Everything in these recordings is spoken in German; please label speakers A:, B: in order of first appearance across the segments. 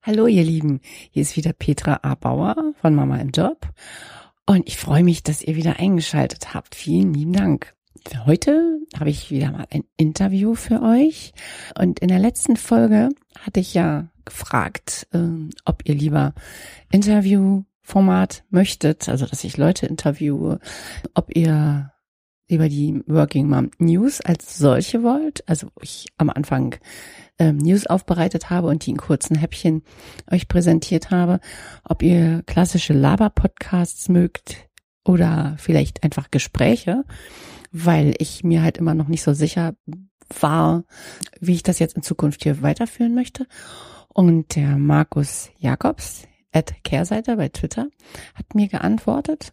A: Hallo ihr Lieben, hier ist wieder Petra A. Bauer von Mama im Job und ich freue mich, dass ihr wieder eingeschaltet habt. Vielen lieben Dank. Heute habe ich wieder mal ein Interview für euch und in der letzten Folge hatte ich ja gefragt, ob ihr lieber Interviewformat möchtet, also dass ich Leute interviewe, ob ihr lieber die Working Mom News als solche wollt, also wo ich am Anfang News aufbereitet habe und die in kurzen Häppchen euch präsentiert habe, ob ihr klassische Laber-Podcasts mögt oder vielleicht einfach Gespräche, weil ich mir halt immer noch nicht so sicher war, wie ich das jetzt in Zukunft hier weiterführen möchte. Und der Markus Jakobs @Kehrseite bei Twitter hat mir geantwortet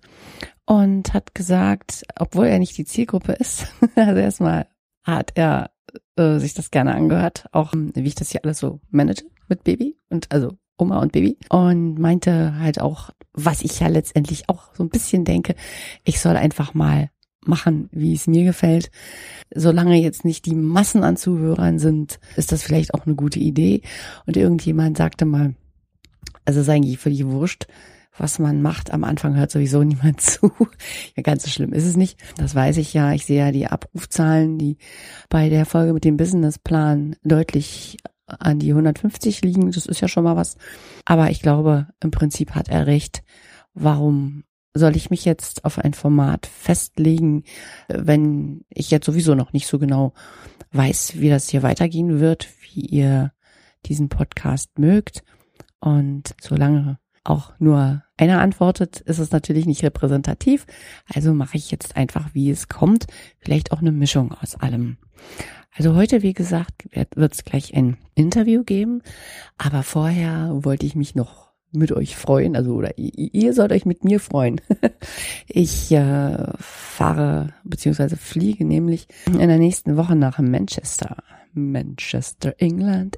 A: und hat gesagt, obwohl er nicht die Zielgruppe ist, also erstmal hat er sich das gerne angehört, auch wie ich das hier alles so manage mit Baby und also Oma und Baby, und meinte halt auch, was ich ja letztendlich auch so ein bisschen denke, ich soll einfach mal machen, wie es mir gefällt. Solange jetzt nicht die Massen an Zuhörern sind, ist das vielleicht auch eine gute Idee. Und irgendjemand sagte mal, also es ist eigentlich völlig wurscht, was man macht. Am Anfang hört sowieso niemand zu. Ja, ganz so schlimm ist es nicht. Das weiß ich ja. Ich sehe ja die Abrufzahlen, die bei der Folge mit dem Businessplan deutlich an die 150 liegen. Das ist ja schon mal was. Aber ich glaube, im Prinzip hat er recht. Warum soll ich mich jetzt auf ein Format festlegen, wenn ich jetzt sowieso noch nicht so genau weiß, wie das hier weitergehen wird, wie ihr diesen Podcast mögt? Und solange auch nur einer antwortet, ist es natürlich nicht repräsentativ. Also mache ich jetzt einfach, wie es kommt. Vielleicht auch eine Mischung aus allem. Also heute, wie gesagt, wird es gleich ein Interview geben. Aber vorher wollte ich mich noch mit euch freuen. Also oder ihr sollt euch mit mir freuen. Ich fahre bzw. fliege nämlich in der nächsten Woche nach Manchester, England.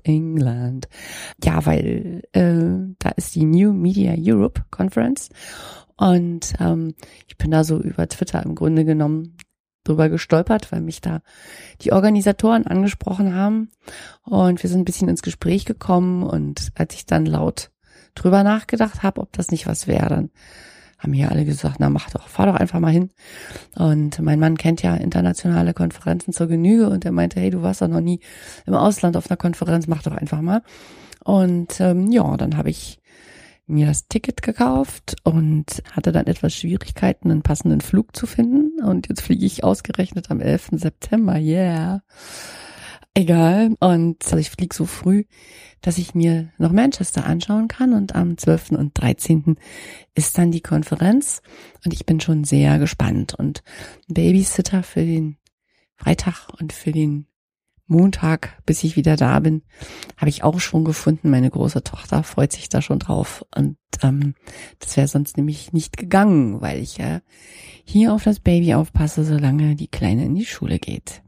A: Ja, weil da ist die New Media Europe Conference und ich bin da so über Twitter im Grunde genommen drüber gestolpert, weil mich da die Organisatoren angesprochen haben und wir sind ein bisschen ins Gespräch gekommen, und als ich dann laut drüber nachgedacht habe, ob das nicht was wäre, dann haben hier alle gesagt, na mach doch, fahr doch einfach mal hin. Und mein Mann kennt ja internationale Konferenzen zur Genüge und er meinte, hey, du warst doch noch nie im Ausland auf einer Konferenz, mach doch einfach mal. Und ja, dann habe ich mir das Ticket gekauft und hatte dann etwas Schwierigkeiten, einen passenden Flug zu finden. Und jetzt fliege ich ausgerechnet am 11. September, yeah. Egal. Und also ich fliege so früh, dass ich mir noch Manchester anschauen kann, und am 12. und 13. ist dann die Konferenz und ich bin schon sehr gespannt. Und ein Babysitter für den Freitag und für den Montag, bis ich wieder da bin, habe ich auch schon gefunden. Meine große Tochter freut sich da schon drauf, und das wäre sonst nämlich nicht gegangen, weil ich ja hier auf das Baby aufpasse, solange die Kleine in die Schule geht.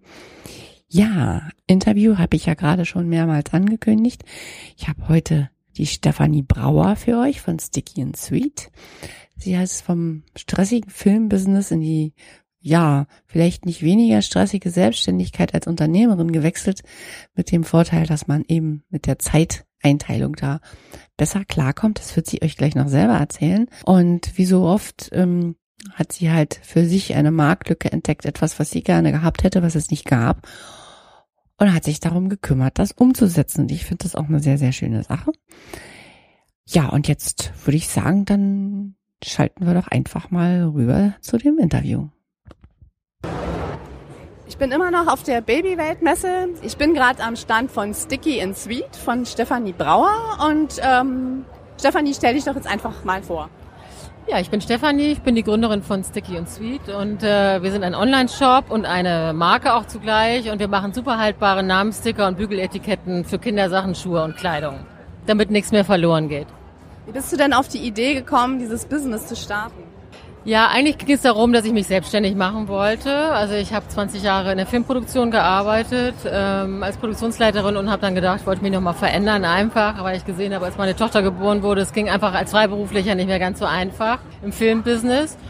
A: Ja, Interview habe ich ja gerade schon mehrmals angekündigt. Ich habe heute die Stefanie Brauer für euch von Sticky and Sweet. Sie ist vom stressigen Filmbusiness in die, ja, vielleicht nicht weniger stressige Selbstständigkeit als Unternehmerin gewechselt, mit dem Vorteil, dass man eben mit der Zeiteinteilung da besser klarkommt. Das wird sie euch gleich noch selber erzählen. Und wie so oft hat sie halt für sich eine Marktlücke entdeckt, etwas, was sie gerne gehabt hätte, was es nicht gab, und hat sich darum gekümmert, das umzusetzen. Und ich finde das auch eine sehr, sehr schöne Sache. Ja, und jetzt würde ich sagen, dann schalten wir doch einfach mal rüber zu dem Interview.
B: Ich bin immer noch auf der Babyweltmesse. Ich bin gerade am Stand von Sticky and Sweet von Stefanie Brauer. Und Stefanie, stell dich doch jetzt einfach mal vor.
C: Ja, ich bin Stefanie, ich bin die Gründerin von Sticky and Sweet, und wir sind ein Online-Shop und eine Marke auch zugleich, und wir machen super haltbare Namenssticker und Bügeletiketten für Kindersachen, Schuhe und Kleidung, damit nichts mehr verloren geht.
B: Wie bist du denn auf die Idee gekommen, dieses Business zu starten?
C: Ja, eigentlich ging es darum, dass ich mich selbstständig machen wollte. Also ich habe 20 Jahre in der Filmproduktion gearbeitet als Produktionsleiterin und habe dann gedacht, ich wollte mich nochmal verändern, einfach, weil ich gesehen habe, als meine Tochter geboren wurde, es ging einfach als Freiberuflicher nicht mehr ganz so einfach im Filmbusiness.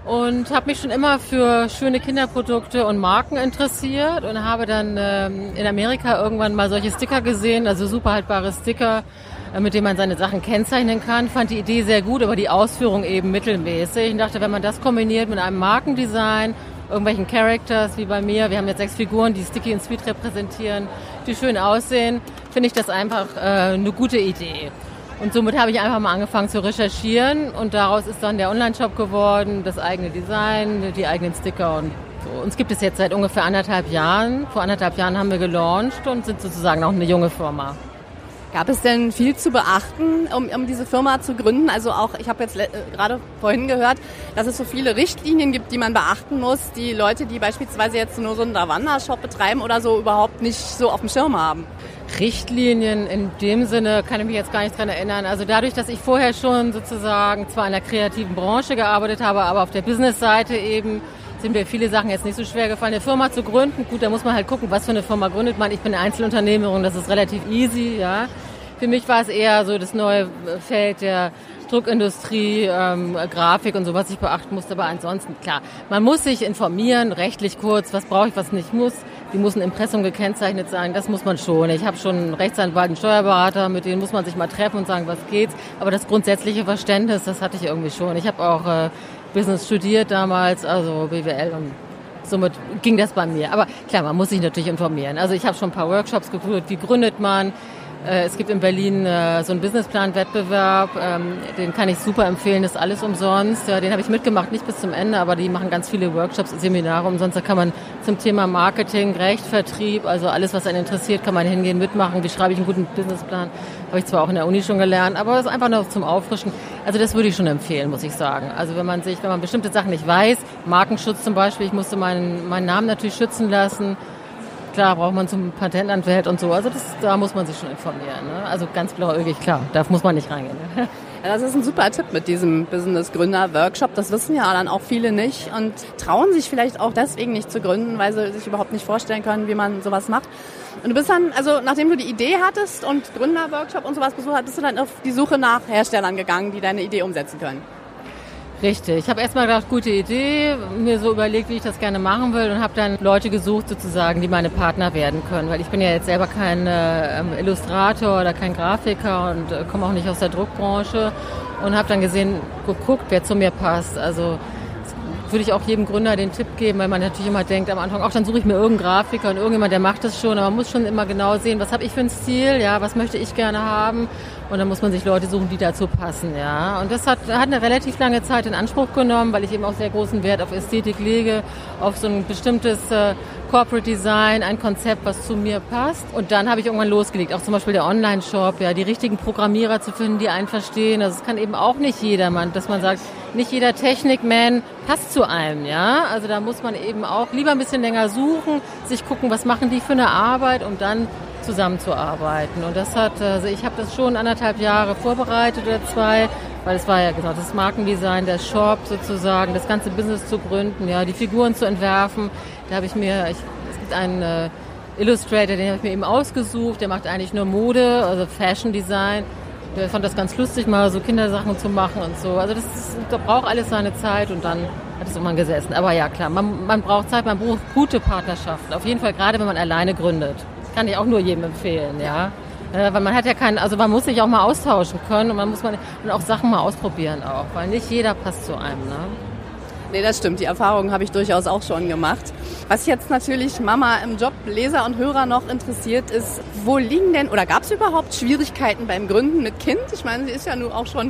C: und habe mich schon immer für schöne Kinderprodukte und Marken interessiert und habe dann in Amerika irgendwann mal solche Sticker gesehen, also super haltbare Sticker, mit denen man seine Sachen kennzeichnen kann. Fand die Idee sehr gut, aber die Ausführung eben mittelmäßig. Ich dachte, wenn man das kombiniert mit einem Markendesign, irgendwelchen Characters wie bei mir, wir haben jetzt 6 Figuren, die Sticky und Sweet repräsentieren, die schön aussehen, finde ich das einfach eine gute Idee. Und somit habe ich einfach mal angefangen zu recherchieren und daraus ist dann der Online-Shop geworden, das eigene Design, die eigenen Sticker und so. Uns gibt es jetzt seit ungefähr 1,5 Jahren. Vor 1,5 Jahren haben wir gelauncht und sind sozusagen auch eine junge Firma.
B: Gab es denn viel zu beachten, um diese Firma zu gründen? Also auch, ich habe jetzt gerade vorhin gehört, dass es so viele Richtlinien gibt, die man beachten muss, die Leute, die beispielsweise jetzt nur so einen Lavanda-Shop betreiben oder so, überhaupt nicht so auf dem Schirm haben.
C: Richtlinien in dem Sinne kann ich mich jetzt gar nicht dran erinnern. Also dadurch, dass ich vorher schon sozusagen zwar in der kreativen Branche gearbeitet habe, aber auf der Business-Seite eben, sind mir viele Sachen jetzt nicht so schwer gefallen. Eine Firma zu gründen, gut, da muss man halt gucken, was für eine Firma gründet man. Ich bin Einzelunternehmerin, das ist relativ easy, ja. Für mich war es eher so das neue Feld der Druckindustrie, Grafik und so, was ich beachten musste. Aber ansonsten, klar, man muss sich informieren, rechtlich kurz, was brauche ich, was nicht muss. Die muss ein Impressum gekennzeichnet sein, das muss man schon. Ich habe schon einen Rechtsanwalt, einen Steuerberater, mit denen muss man sich mal treffen und sagen, was geht's. Aber das grundsätzliche Verständnis, das hatte ich irgendwie schon. Ich habe auch Business studiert damals, also BWL und somit ging das bei mir. Aber klar, man muss sich natürlich informieren. Also ich habe schon ein paar Workshops geführt, wie gründet man. Es gibt in Berlin so einen Businessplan-Wettbewerb, den kann ich super empfehlen, das ist alles umsonst. Ja, den habe ich mitgemacht, nicht bis zum Ende, aber die machen ganz viele Workshops, Seminare umsonst. Da kann man zum Thema Marketing, Recht, Vertrieb, also alles, was einen interessiert, kann man hingehen, mitmachen. Wie schreibe ich einen guten Businessplan? Habe ich zwar auch in der Uni schon gelernt, aber es ist einfach noch zum Auffrischen. Also das würde ich schon empfehlen, muss ich sagen. Also wenn man bestimmte Sachen nicht weiß, Markenschutz zum Beispiel, ich musste meinen Namen natürlich schützen lassen. Klar, braucht man zum Patentanwalt und so. Also da muss man sich schon informieren. Ne? Also ganz blauäugig, klar, da muss man nicht reingehen. Ne?
B: Ja, das ist ein super Tipp mit diesem Business-Gründer-Workshop. Das wissen ja dann auch viele nicht und trauen sich vielleicht auch deswegen nicht zu gründen, weil sie sich überhaupt nicht vorstellen können, wie man sowas macht. Und du bist dann, also nachdem du die Idee hattest und Gründer-Workshop und sowas besucht hast, bist du dann auf die Suche nach Herstellern gegangen, die deine Idee umsetzen können.
C: Richtig. Ich habe erstmal gedacht, gute Idee, mir so überlegt, wie ich das gerne machen will und habe dann Leute gesucht sozusagen, die meine Partner werden können, weil ich bin ja jetzt selber kein Illustrator oder kein Grafiker und komme auch nicht aus der Druckbranche und habe dann geguckt, wer zu mir passt. Also würde ich auch jedem Gründer den Tipp geben, weil man natürlich immer denkt am Anfang, dann suche ich mir irgendeinen Grafiker und irgendjemand, der macht das schon, aber man muss schon immer genau sehen, was habe ich für einen Stil, ja, was möchte ich gerne haben und dann muss man sich Leute suchen, die dazu passen, ja. Und das hat eine relativ lange Zeit in Anspruch genommen, weil ich eben auch sehr großen Wert auf Ästhetik lege, auf so ein bestimmtes Corporate Design, ein Konzept, was zu mir passt. Und dann habe ich irgendwann losgelegt, auch zum Beispiel der Online-Shop, ja, die richtigen Programmierer zu finden, die einen verstehen. Also es kann eben auch nicht jedermann, dass man sagt, nicht jeder Technikman passt zu einem, ja. Also da muss man eben auch lieber ein bisschen länger suchen, sich gucken, was machen die für eine Arbeit, um dann zusammenzuarbeiten. Und das also ich habe das schon 1,5 Jahre vorbereitet oder 2, weil es war ja genau das Markendesign, der Shop sozusagen, das ganze Business zu gründen, ja, die Figuren zu entwerfen. Da habe ich es gibt einen Illustrator, den habe ich mir eben ausgesucht, der macht eigentlich nur Mode, also Fashion Design. Der fand das ganz lustig, mal so Kindersachen zu machen und so. Also da braucht alles seine Zeit und dann hat es irgendwann gesessen. Aber ja, klar, man braucht Zeit, man braucht gute Partnerschaften. Auf jeden Fall, gerade wenn man alleine gründet. Kann ich auch nur jedem empfehlen, ja. Weil man hat ja man muss sich auch mal austauschen können und und auch Sachen mal ausprobieren auch, weil nicht jeder passt zu einem, ne?
B: Nee, das stimmt. Die Erfahrung habe ich durchaus auch schon gemacht. Was jetzt natürlich Mama im Job, Leser und Hörer noch interessiert ist, wo liegen denn, oder gab es überhaupt Schwierigkeiten beim Gründen mit Kind? Ich meine, sie ist ja nun auch schon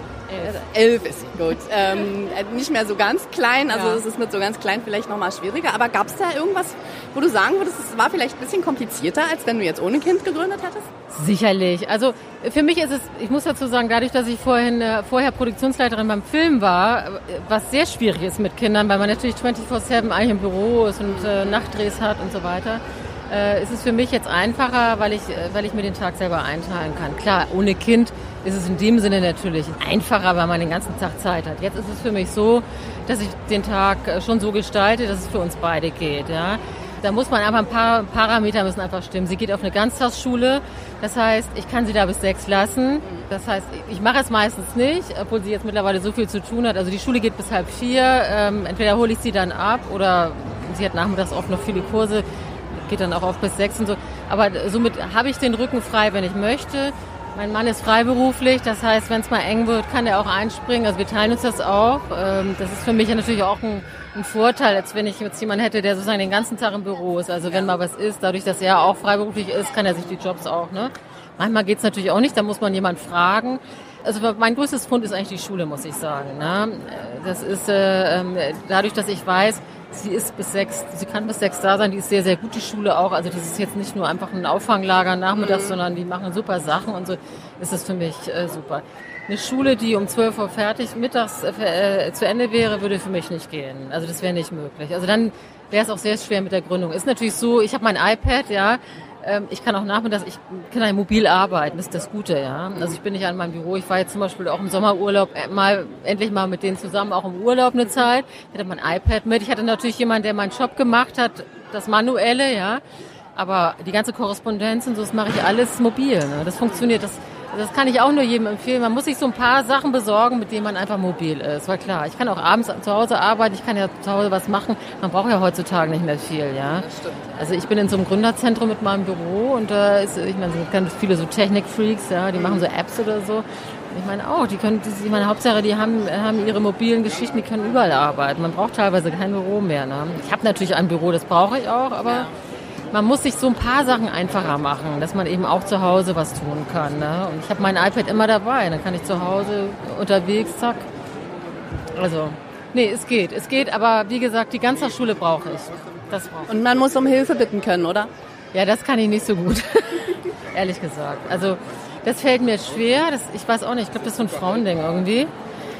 B: 11 ist sie, gut. Nicht mehr so ganz klein, also es ist mit so ganz klein vielleicht nochmal schwieriger. Aber gab es da irgendwas, wo du sagen würdest, es war vielleicht ein bisschen komplizierter, als wenn du jetzt ohne Kind gegründet hättest?
C: Sicherlich. Also für mich ist es, ich muss dazu sagen, dadurch, dass ich vorher Produktionsleiterin beim Film war, was sehr schwierig ist mit Kindern, weil man natürlich 24/7 eigentlich im Büro ist und Nachtdrehs hat und so weiter, ist es für mich jetzt einfacher, weil ich mir den Tag selber einteilen kann. Klar, ohne Kind ist es in dem Sinne natürlich einfacher, weil man den ganzen Tag Zeit hat. Jetzt ist es für mich so, dass ich den Tag schon so gestalte, dass es für uns beide geht. Ja. Da muss man einfach ein paar Parameter müssen einfach stimmen. Sie geht auf eine Ganztagsschule, das heißt, ich kann sie da bis 6 lassen. Das heißt, ich mache es meistens nicht, obwohl sie jetzt mittlerweile so viel zu tun hat. Also die Schule geht bis 3:30. Entweder hole ich sie dann ab oder sie hat nachmittags oft noch viele Kurse, geht dann auch oft bis 6 und so. Aber somit habe ich den Rücken frei, wenn ich möchte. Mein Mann ist freiberuflich, das heißt, wenn es mal eng wird, kann er auch einspringen. Also wir teilen uns das auch. Das ist für mich ja natürlich auch ein Vorteil, als wenn ich jetzt jemanden hätte, der sozusagen den ganzen Tag im Büro ist. Also wenn mal was ist, dadurch, dass er auch freiberuflich ist, kann er sich die Jobs auch. Ne? Manchmal geht's natürlich auch nicht, da muss man jemanden fragen. Also mein größtes Fund ist eigentlich die Schule, muss ich sagen. Ne? Das ist dadurch, dass ich weiß, sie kann bis 6 da sein, die ist sehr, sehr gut, die Schule auch. Also das ist jetzt nicht nur einfach ein Auffanglager nachmittags, sondern die machen super Sachen und so ist das für mich super. Eine Schule, die um 12 Uhr mittags zu Ende wäre, würde für mich nicht gehen. Also das wäre nicht möglich. Also dann wäre es auch sehr schwer mit der Gründung. Ist natürlich so, ich habe mein iPad, ja. Ich kann auch nachmittags, ich kann ja mobil arbeiten, das ist das Gute, ja. Also ich bin nicht an meinem Büro, ich war jetzt zum Beispiel auch im Sommerurlaub endlich mal mit denen zusammen auch im Urlaub eine Zeit. Ich hatte mein iPad mit, ich hatte natürlich jemanden, der meinen Job gemacht hat, das Manuelle, ja. Aber die ganze Korrespondenz und so, das mache ich alles mobil, ne? Das funktioniert, das kann ich auch nur jedem empfehlen. Man muss sich so ein paar Sachen besorgen, mit denen man einfach mobil ist. Weil klar, ich kann auch abends zu Hause arbeiten, ich kann ja zu Hause was machen. Man braucht ja heutzutage nicht mehr viel, ja.
B: Das stimmt.
C: Also ich bin in so einem Gründerzentrum mit meinem Büro und da ist, ich meine, es gibt ganz viele so Technikfreaks, ja, die machen so Apps oder so. Ich meine auch, ich meine, Hauptsache, die haben ihre mobilen Geschichten, die können überall arbeiten. Man braucht teilweise kein Büro mehr, ne. Ich habe natürlich ein Büro, das brauche ich auch, aber man muss sich so ein paar Sachen einfacher machen, dass man eben auch zu Hause was tun kann. Ne? Und ich habe mein iPad immer dabei, dann kann ich zu Hause unterwegs, zack. Also, nee, es geht, aber wie gesagt, die Ganztagsschule brauche ich. Das brauche ich.
B: Und man muss um Hilfe bitten können, oder?
C: Ja, das kann ich nicht so gut, ehrlich gesagt. Also, das fällt mir schwer, ich weiß auch nicht, ich glaube, das ist so ein Frauending irgendwie.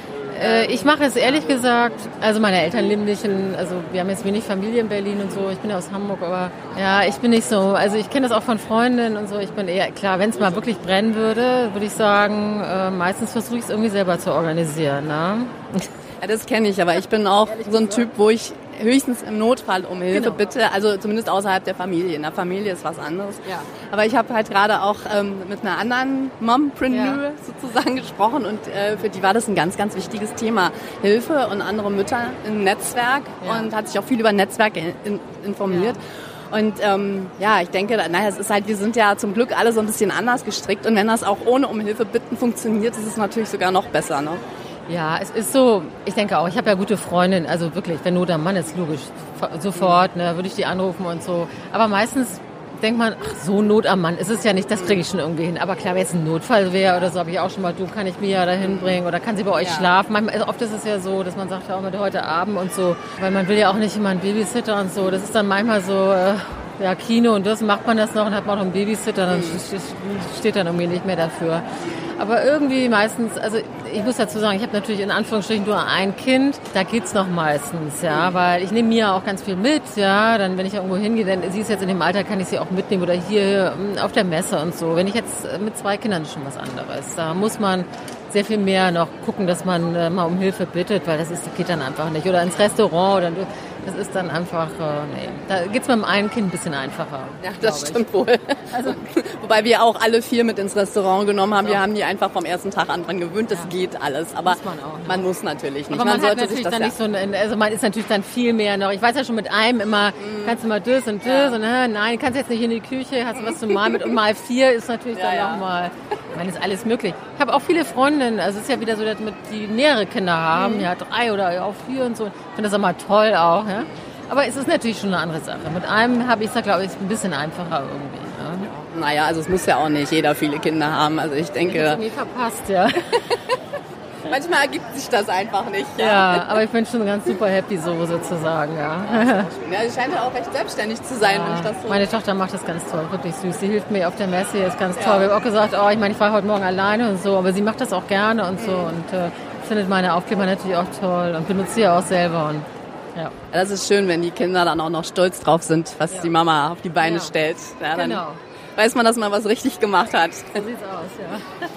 C: Ich mache es ehrlich gesagt, also meine Eltern leben nicht also wir haben jetzt wenig Familie in Berlin und so, ich bin ja aus Hamburg, aber ja, ich bin nicht so, also ich kenne das auch von Freundinnen und so, ich bin eher, klar, wenn es mal wirklich brennen würde ich sagen, meistens versuche ich es irgendwie selber zu organisieren. Ne?
B: Ja, das kenne ich, aber ich bin auch so ein Typ, wo ich höchstens im Notfall um Hilfe bitte, also zumindest außerhalb der Familie. In der Familie ist was anderes. Ja. Aber ich habe halt gerade auch mit einer anderen Mompreneur sozusagen gesprochen und für die war das ein ganz, ganz wichtiges Thema. Hilfe und andere Mütter im Netzwerk und hat sich auch viel über Netzwerke informiert. Ja. Und ich denke, es ist halt, wir sind ja zum Glück alle so ein bisschen anders gestrickt und wenn das auch ohne um Hilfe bitten funktioniert, ist es natürlich sogar noch besser, ne?
C: Ja, es ist so, ich denke auch, ich habe ja gute Freundinnen, also wirklich, wenn Not am Mann ist, logisch, sofort, ne, würde ich die anrufen und so. Aber meistens denkt man, ach, so Not am Mann ist es ja nicht, das kriege ich schon irgendwie hin. Aber klar, wenn jetzt ein Notfall wäre oder so, habe ich auch schon mal, kann ich Mia da hinbringen oder kann sie bei euch schlafen? Manchmal, oft ist es ja so, dass man sagt, auch mit heute Abend und so, weil man will ja auch nicht immer einen Babysitter und so. Das ist dann manchmal so, Kino und das, macht man das noch und hat man noch einen Babysitter, dann steht dann irgendwie nicht mehr dafür. Aber irgendwie meistens, also ich muss dazu sagen, ich habe natürlich in Anführungsstrichen nur ein Kind, da geht's noch meistens, ja, weil ich nehme Mia auch ganz viel mit, ja, dann wenn ich irgendwo hingehe, denn sie ist jetzt in dem Alter, kann ich sie auch mitnehmen oder hier auf der Messe und so. Wenn ich jetzt mit 2 Kindern ist schon was anderes, da muss man sehr viel mehr noch gucken, dass man mal um Hilfe bittet, weil das geht dann einfach nicht. Oder ins Restaurant oder das ist dann einfach, da geht's mit dem einen Kind ein bisschen einfacher.
B: Ja, das stimmt wohl. Also, wobei wir auch alle 4 mit ins Restaurant genommen haben. Wir haben die einfach vom ersten Tag an dran gewöhnt. Das geht alles. Aber muss man, auch, man muss natürlich nicht.
C: Aber man sollte sich das dann nicht so, also man ist natürlich dann viel mehr noch. Ich weiß ja schon mit einem immer, kannst du mal das und das und nein, kannst jetzt nicht in die Küche, hast du was zu malen mit und mal 4 ist natürlich dann nochmal, ich meine, ist alles möglich. Ich habe auch viele Freundinnen, also es ist ja wieder so, dass die mehrere Kinder haben, 3 oder auch 4 und so. Ich finde das auch mal toll auch, ja. Aber es ist natürlich schon eine andere Sache. Mit einem habe ich es, glaube ich, ein bisschen einfacher irgendwie. Ne?
B: Naja, also es muss ja auch nicht jeder viele Kinder haben. Also ich denke...
C: Das irgendwie verpasst, ja.
B: Manchmal ergibt sich das einfach nicht.
C: Ja, aber ich bin schon ganz super happy so sozusagen, ja.
B: Ja, sie scheint ja auch recht selbstständig zu sein, wenn ich das so...
C: Meine Tochter macht das ganz toll, wirklich süß. Sie hilft mir auf der Messe, ist ganz toll. Wir haben auch gesagt, ich meine, ich war heute Morgen alleine und so, aber sie macht das auch gerne und so und findet meine Aufkleber natürlich auch toll und benutzt sie auch selber und ja.
B: Das ist schön, wenn die Kinder dann auch noch stolz drauf sind, was die Mama auf die Beine stellt. Ja, dann weiß man, dass man was richtig gemacht hat.
C: So sieht's aus, ja.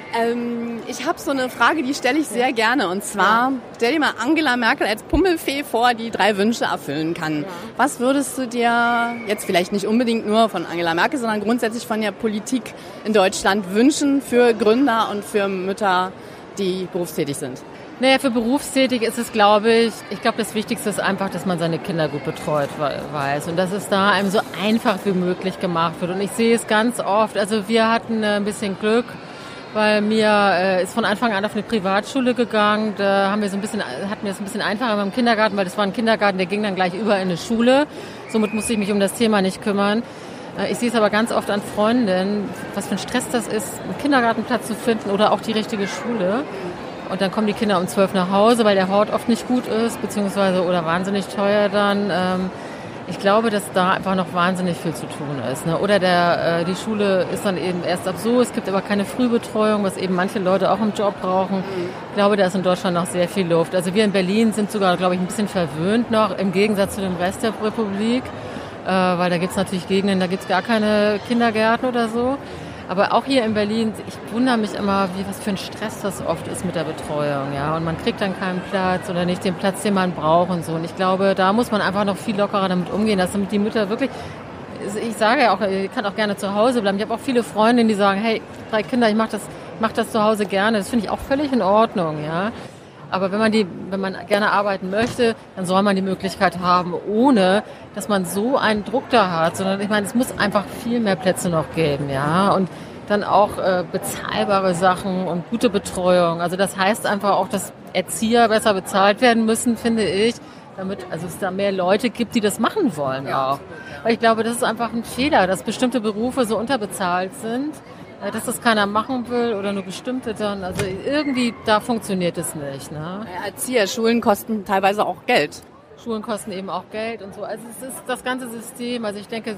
B: Ich habe so eine Frage, die stelle ich sehr gerne. Und zwar, stell dir mal Angela Merkel als Pummelfee vor, die 3 Wünsche erfüllen kann. Ja. Was würdest du dir jetzt vielleicht nicht unbedingt nur von Angela Merkel, sondern grundsätzlich von der Politik in Deutschland wünschen für Gründer und für Mütter, die berufstätig sind?
C: Naja, für Berufstätig ist es, glaube ich, das Wichtigste ist einfach, dass man seine Kinder gut betreut weiß und dass es da einem so einfach wie möglich gemacht wird. Und ich sehe es ganz oft, also wir hatten ein bisschen Glück, weil mir ist von Anfang an auf eine Privatschule gegangen. Da hatten wir es ein bisschen einfacher beim Kindergarten, weil das war ein Kindergarten, der ging dann gleich über in eine Schule. Somit musste ich mich um das Thema nicht kümmern. Ich sehe es aber ganz oft an Freundinnen, was für ein Stress das ist, einen Kindergartenplatz zu finden oder auch die richtige Schule. Und dann kommen die Kinder um 12 nach Hause, weil der Hort oft nicht gut ist, beziehungsweise oder wahnsinnig teuer dann. Ich glaube, dass da einfach noch wahnsinnig viel zu tun ist. Ne? Oder die Schule ist dann eben erst ab so, es gibt aber keine Frühbetreuung, was eben manche Leute auch im Job brauchen. Ich glaube, da ist in Deutschland noch sehr viel Luft. Also wir in Berlin sind sogar, glaube ich, ein bisschen verwöhnt noch, im Gegensatz zu dem Rest der Republik. Weil da gibt es natürlich Gegenden, da gibt es gar keine Kindergärten oder so. Aber auch hier in Berlin, ich wundere mich immer, was für ein Stress das oft ist mit der Betreuung, ja. Und man kriegt dann keinen Platz oder nicht den Platz, den man braucht und so. Und ich glaube, da muss man einfach noch viel lockerer damit umgehen, dass damit die Mütter wirklich, ich sage ja auch, ich kann auch gerne zu Hause bleiben. Ich habe auch viele Freundinnen, die sagen, hey, 3 Kinder, ich mach das zu Hause gerne. Das finde ich auch völlig in Ordnung, ja. Aber wenn man gerne arbeiten möchte, dann soll man die Möglichkeit haben, ohne dass man so einen Druck da hat, sondern ich meine, es muss einfach viel mehr Plätze noch geben, ja, und dann auch bezahlbare Sachen und gute Betreuung. Also das heißt einfach auch, dass Erzieher besser bezahlt werden müssen, finde ich, damit es da mehr Leute gibt, die das machen wollen auch. Weil ich glaube, das ist einfach ein Fehler, dass bestimmte Berufe so unterbezahlt sind, dass das keiner machen will oder nur bestimmte dann. Also irgendwie, da funktioniert es nicht. Ne?
B: Erzieher, Schulen kosten teilweise auch Geld.
C: Schulen kosten eben auch Geld und so. Also es ist das ganze System, also ich denke,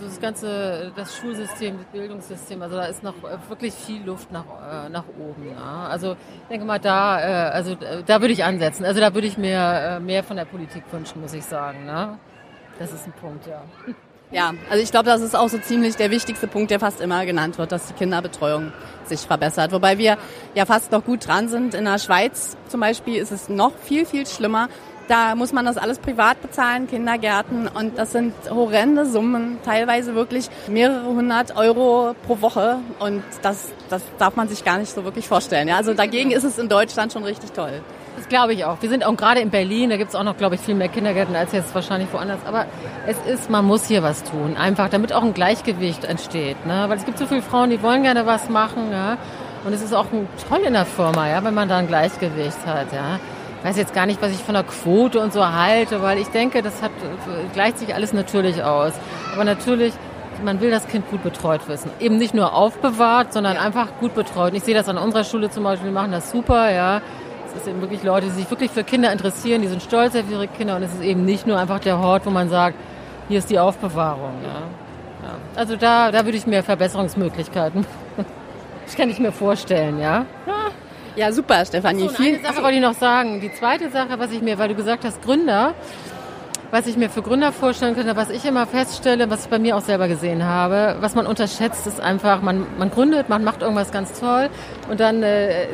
C: das Schulsystem, das Bildungssystem, also da ist noch wirklich viel Luft nach oben. Ja? Also ich denke mal, da würde ich ansetzen. Also da würde ich mir mehr von der Politik wünschen, muss ich sagen. Ne? Das ist ein Punkt, ja.
B: Ja, also ich glaube, das ist auch so ziemlich der wichtigste Punkt, der fast immer genannt wird, dass die Kinderbetreuung sich verbessert. Wobei wir ja fast noch gut dran sind. In der Schweiz zum Beispiel ist es noch viel, viel schlimmer. Da muss man das alles privat bezahlen, Kindergärten, und das sind horrende Summen, teilweise wirklich mehrere 100 Euro pro Woche, und das darf man sich gar nicht so wirklich vorstellen. Ja, also dagegen ist es in Deutschland schon richtig toll.
C: Das glaube ich auch. Wir sind auch gerade in Berlin, da gibt es auch noch, glaube ich, viel mehr Kindergärten als jetzt wahrscheinlich woanders. Aber man muss hier was tun, einfach, damit auch ein Gleichgewicht entsteht. Ne? Weil es gibt so viele Frauen, die wollen gerne was machen. Ja? Und es ist auch toll in der Firma, ja, wenn man da ein Gleichgewicht hat. Ja? Ich weiß jetzt gar nicht, was ich von der Quote und so halte, weil ich denke, gleicht sich alles natürlich aus. Aber natürlich, man will das Kind gut betreut wissen. Eben nicht nur aufbewahrt, sondern einfach gut betreut. Und ich sehe das an unserer Schule zum Beispiel, die machen das super, ja. Es sind wirklich Leute, die sich wirklich für Kinder interessieren, die sind stolz auf ihre Kinder, und es ist eben nicht nur einfach der Hort, wo man sagt, hier ist die Aufbewahrung. Ja. Ja. Also da würde ich mir Verbesserungsmöglichkeiten, das kann ich mir vorstellen, ja.
B: Ja, super, Stefanie.
C: Eine Sache wollte ich noch sagen. Die zweite Sache, weil du gesagt hast, Gründer, was ich mir für Gründer vorstellen könnte, was ich immer feststelle, was ich bei mir auch selber gesehen habe, was man unterschätzt, ist einfach, man gründet, man macht irgendwas ganz toll, und dann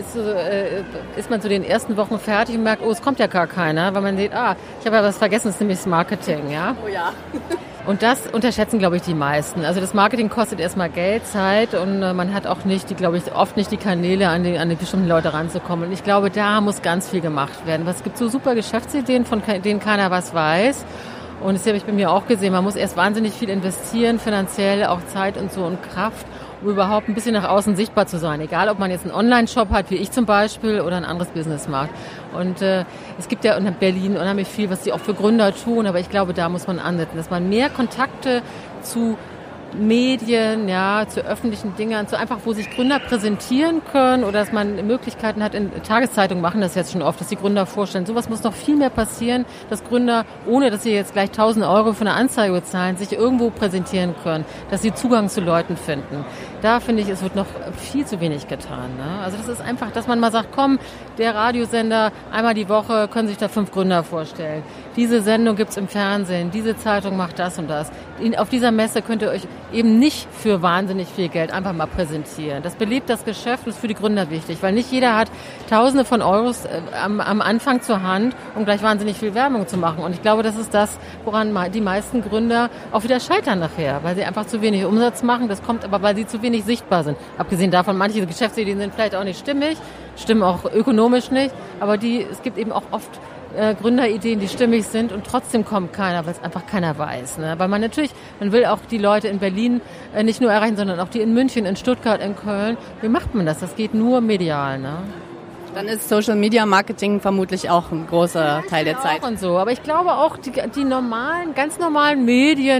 C: ist man so den ersten Wochen fertig und merkt, es kommt ja gar keiner, weil man sieht, ich habe ja was vergessen, das ist nämlich das Marketing, ja.
B: Oh ja.
C: Und das unterschätzen, glaube ich, die meisten. Also das Marketing kostet erstmal Geld, Zeit, und man hat auch oft nicht die Kanäle, an die bestimmten Leute ranzukommen. Und ich glaube, da muss ganz viel gemacht werden. Weil es gibt so super Geschäftsideen, von denen keiner was weiß. Und das habe ich bei mir auch gesehen. Man muss erst wahnsinnig viel investieren, finanziell, auch Zeit und so und Kraft, um überhaupt ein bisschen nach außen sichtbar zu sein. Egal, ob man jetzt einen Online-Shop hat, wie ich zum Beispiel, oder ein anderes Business macht. Und es gibt ja in Berlin unheimlich viel, was die auch für Gründer tun, aber ich glaube, da muss man ansetzen, dass man mehr Kontakte zu Medien, ja, zu öffentlichen Dingen, zu einfach, wo sich Gründer präsentieren können, oder dass man Möglichkeiten hat, in Tageszeitungen machen das jetzt schon oft, dass die Gründer vorstellen. Sowas muss noch viel mehr passieren, dass Gründer, ohne dass sie jetzt gleich 1.000 Euro für eine Anzeige bezahlen, sich irgendwo präsentieren können, dass sie Zugang zu Leuten finden. Da finde ich, es wird noch viel zu wenig getan. Ne? Also das ist einfach, dass man mal sagt, komm, der Radiosender, einmal die Woche können sich da 5 Gründer vorstellen. Diese Sendung gibt's im Fernsehen, diese Zeitung macht das und das. auf dieser Messe könnt ihr euch eben nicht für wahnsinnig viel Geld einfach mal präsentieren. Das belebt das Geschäft und ist für die Gründer wichtig, weil nicht jeder hat Tausende von Euros am Anfang zur Hand, um gleich wahnsinnig viel Werbung zu machen. Und ich glaube, das ist das, woran die meisten Gründer auch wieder scheitern nachher, weil sie einfach zu wenig Umsatz machen. Das kommt aber, weil sie zu wenig sichtbar sind. Abgesehen davon, manche Geschäftsideen sind vielleicht auch nicht stimmig, stimmen auch ökonomisch nicht, aber es gibt eben auch oft Gründerideen, die stimmig sind und trotzdem kommt keiner, weil es einfach keiner weiß. Ne? Weil man will auch die Leute in Berlin nicht nur erreichen, sondern auch die in München, in Stuttgart, in Köln. Wie macht man das? Das geht nur medial. Ne?
B: Dann ist Social Media Marketing vermutlich auch ein großer Teil der Zeit.
C: Und so, aber ich glaube auch die normalen, ganz normalen Medien,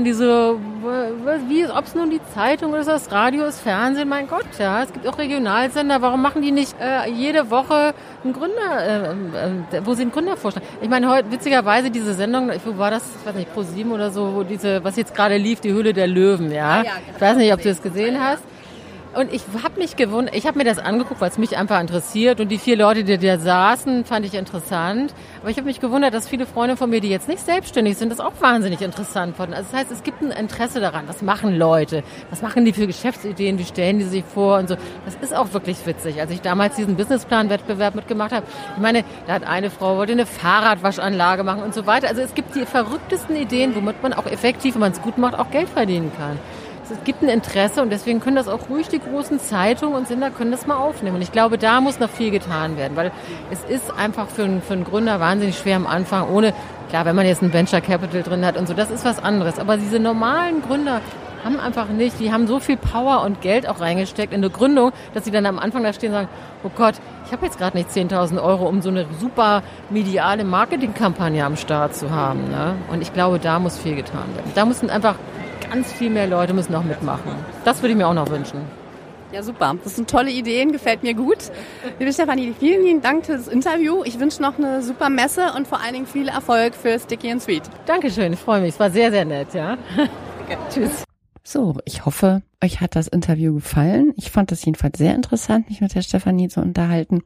C: ob es nun die Zeitung ist, das Radio, das Fernsehen, mein Gott, ja, es gibt auch Regionalsender. Warum machen die nicht jede Woche einen Gründer, wo sie einen Gründer vorstellen? Ich meine, heute witzigerweise diese Sendung, wo war das? Ich weiß nicht, Pro7 oder so, wo was jetzt gerade lief, die Höhle der Löwen, ja. Ich weiß nicht, ob du das gesehen hast. Und ich habe mich gewundert, ich habe mir das angeguckt, weil es mich einfach interessiert und die 4 Leute, die da saßen, fand ich interessant. Aber ich habe mich gewundert, dass viele Freunde von mir, die jetzt nicht selbstständig sind, das auch wahnsinnig interessant fanden. Also das heißt, es gibt ein Interesse daran. Was machen Leute? Was machen die für Geschäftsideen? Wie stellen die sich vor? Und so. Das ist auch wirklich witzig. Als ich damals diesen Businessplan-Wettbewerb mitgemacht habe, ich meine, da hat eine Frau, wollte eine Fahrradwaschanlage machen und so weiter. Also es gibt die verrücktesten Ideen, womit man auch effektiv, wenn man es gut macht, auch Geld verdienen kann. Es gibt ein Interesse und deswegen können das auch ruhig die großen Zeitungen und Sender können das mal aufnehmen. Und ich glaube, da muss noch viel getan werden, weil es ist einfach für einen Gründer wahnsinnig schwer am Anfang, klar, wenn man jetzt ein Venture Capital drin hat und so, das ist was anderes. Aber diese normalen Gründer haben einfach nicht, die haben so viel Power und Geld auch reingesteckt in eine Gründung, dass sie dann am Anfang da stehen und sagen, oh Gott, ich habe jetzt gerade nicht 10.000 Euro, um so eine super mediale Marketingkampagne am Start zu haben. Ne? Und ich glaube, da muss viel getan werden. Da müssen einfach ganz viel mehr Leute müssen auch mitmachen. Das würde ich mir auch noch wünschen.
B: Ja, super. Das sind tolle Ideen, gefällt mir gut. Liebe Stefanie, vielen, vielen Dank für das Interview. Ich wünsche noch eine super Messe und vor allen Dingen viel Erfolg für Sticky & Sweet.
C: Dankeschön, ich freue mich. Es war sehr, sehr nett. Ja.
B: Okay. Tschüss.
A: So, ich hoffe, euch hat das Interview gefallen. Ich fand es jedenfalls sehr interessant, mich mit der Stefanie zu unterhalten.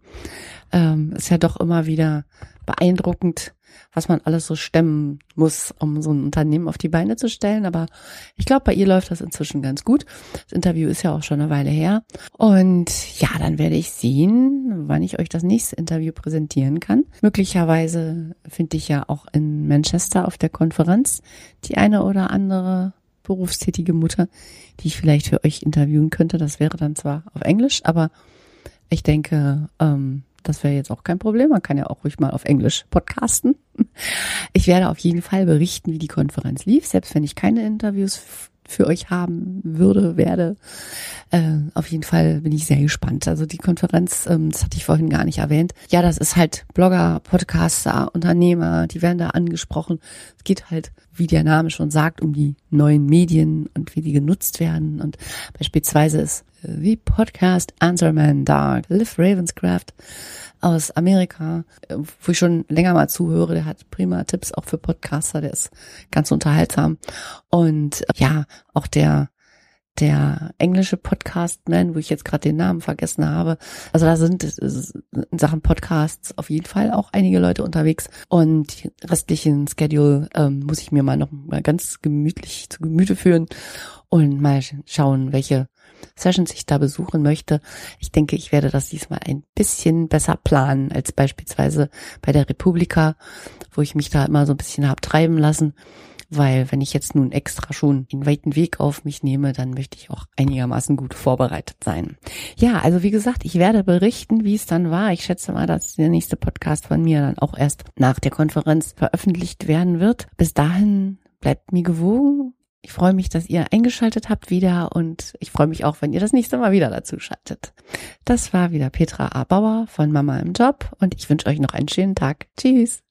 A: Ist ja doch immer wieder beeindruckend, was man alles so stemmen muss, um so ein Unternehmen auf die Beine zu stellen. Aber ich glaube, bei ihr läuft das inzwischen ganz gut. Das Interview ist ja auch schon eine Weile her. Und ja, dann werde ich sehen, wann ich euch das nächste Interview präsentieren kann. Möglicherweise finde ich ja auch in Manchester auf der Konferenz die eine oder andere berufstätige Mutter, die ich vielleicht für euch interviewen könnte. Das wäre dann zwar auf Englisch, aber ich denke, das wäre jetzt auch kein Problem. Man kann ja auch ruhig mal auf Englisch podcasten. Ich werde auf jeden Fall berichten, wie die Konferenz lief, selbst wenn ich keine Interviews für euch werde. Auf jeden Fall bin ich sehr gespannt. Also die Konferenz, das hatte ich vorhin gar nicht erwähnt. Ja, das ist halt Blogger, Podcaster, Unternehmer, die werden da angesprochen. Es geht halt, wie der Name schon sagt, um die neuen Medien und wie die genutzt werden. Und beispielsweise ist wie Podcast Answerman da, Liv Ravenscraft aus Amerika, wo ich schon länger mal zuhöre, der hat prima Tipps auch für Podcaster, der ist ganz unterhaltsam. Und ja, auch der englische Podcastman, wo ich jetzt gerade den Namen vergessen habe. Also da sind in Sachen Podcasts auf jeden Fall auch einige Leute unterwegs. Und die restlichen Schedule muss ich mir noch mal ganz gemütlich zu Gemüte führen und mal schauen, welche Sessions ich da besuchen möchte. Ich denke, ich werde das diesmal ein bisschen besser planen als beispielsweise bei der Republika, wo ich mich da immer so ein bisschen habe treiben lassen. Weil wenn ich jetzt nun extra schon den weiten Weg auf mich nehme, dann möchte ich auch einigermaßen gut vorbereitet sein. Ja, also wie gesagt, ich werde berichten, wie es dann war. Ich schätze mal, dass der nächste Podcast von mir dann auch erst nach der Konferenz veröffentlicht werden wird. Bis dahin bleibt mir gewogen. Ich freue mich, dass ihr eingeschaltet habt wieder und ich freue mich auch, wenn ihr das nächste Mal wieder dazu schaltet. Das war wieder Petra A. Bauer von Mama im Job und ich wünsche euch noch einen schönen Tag. Tschüss.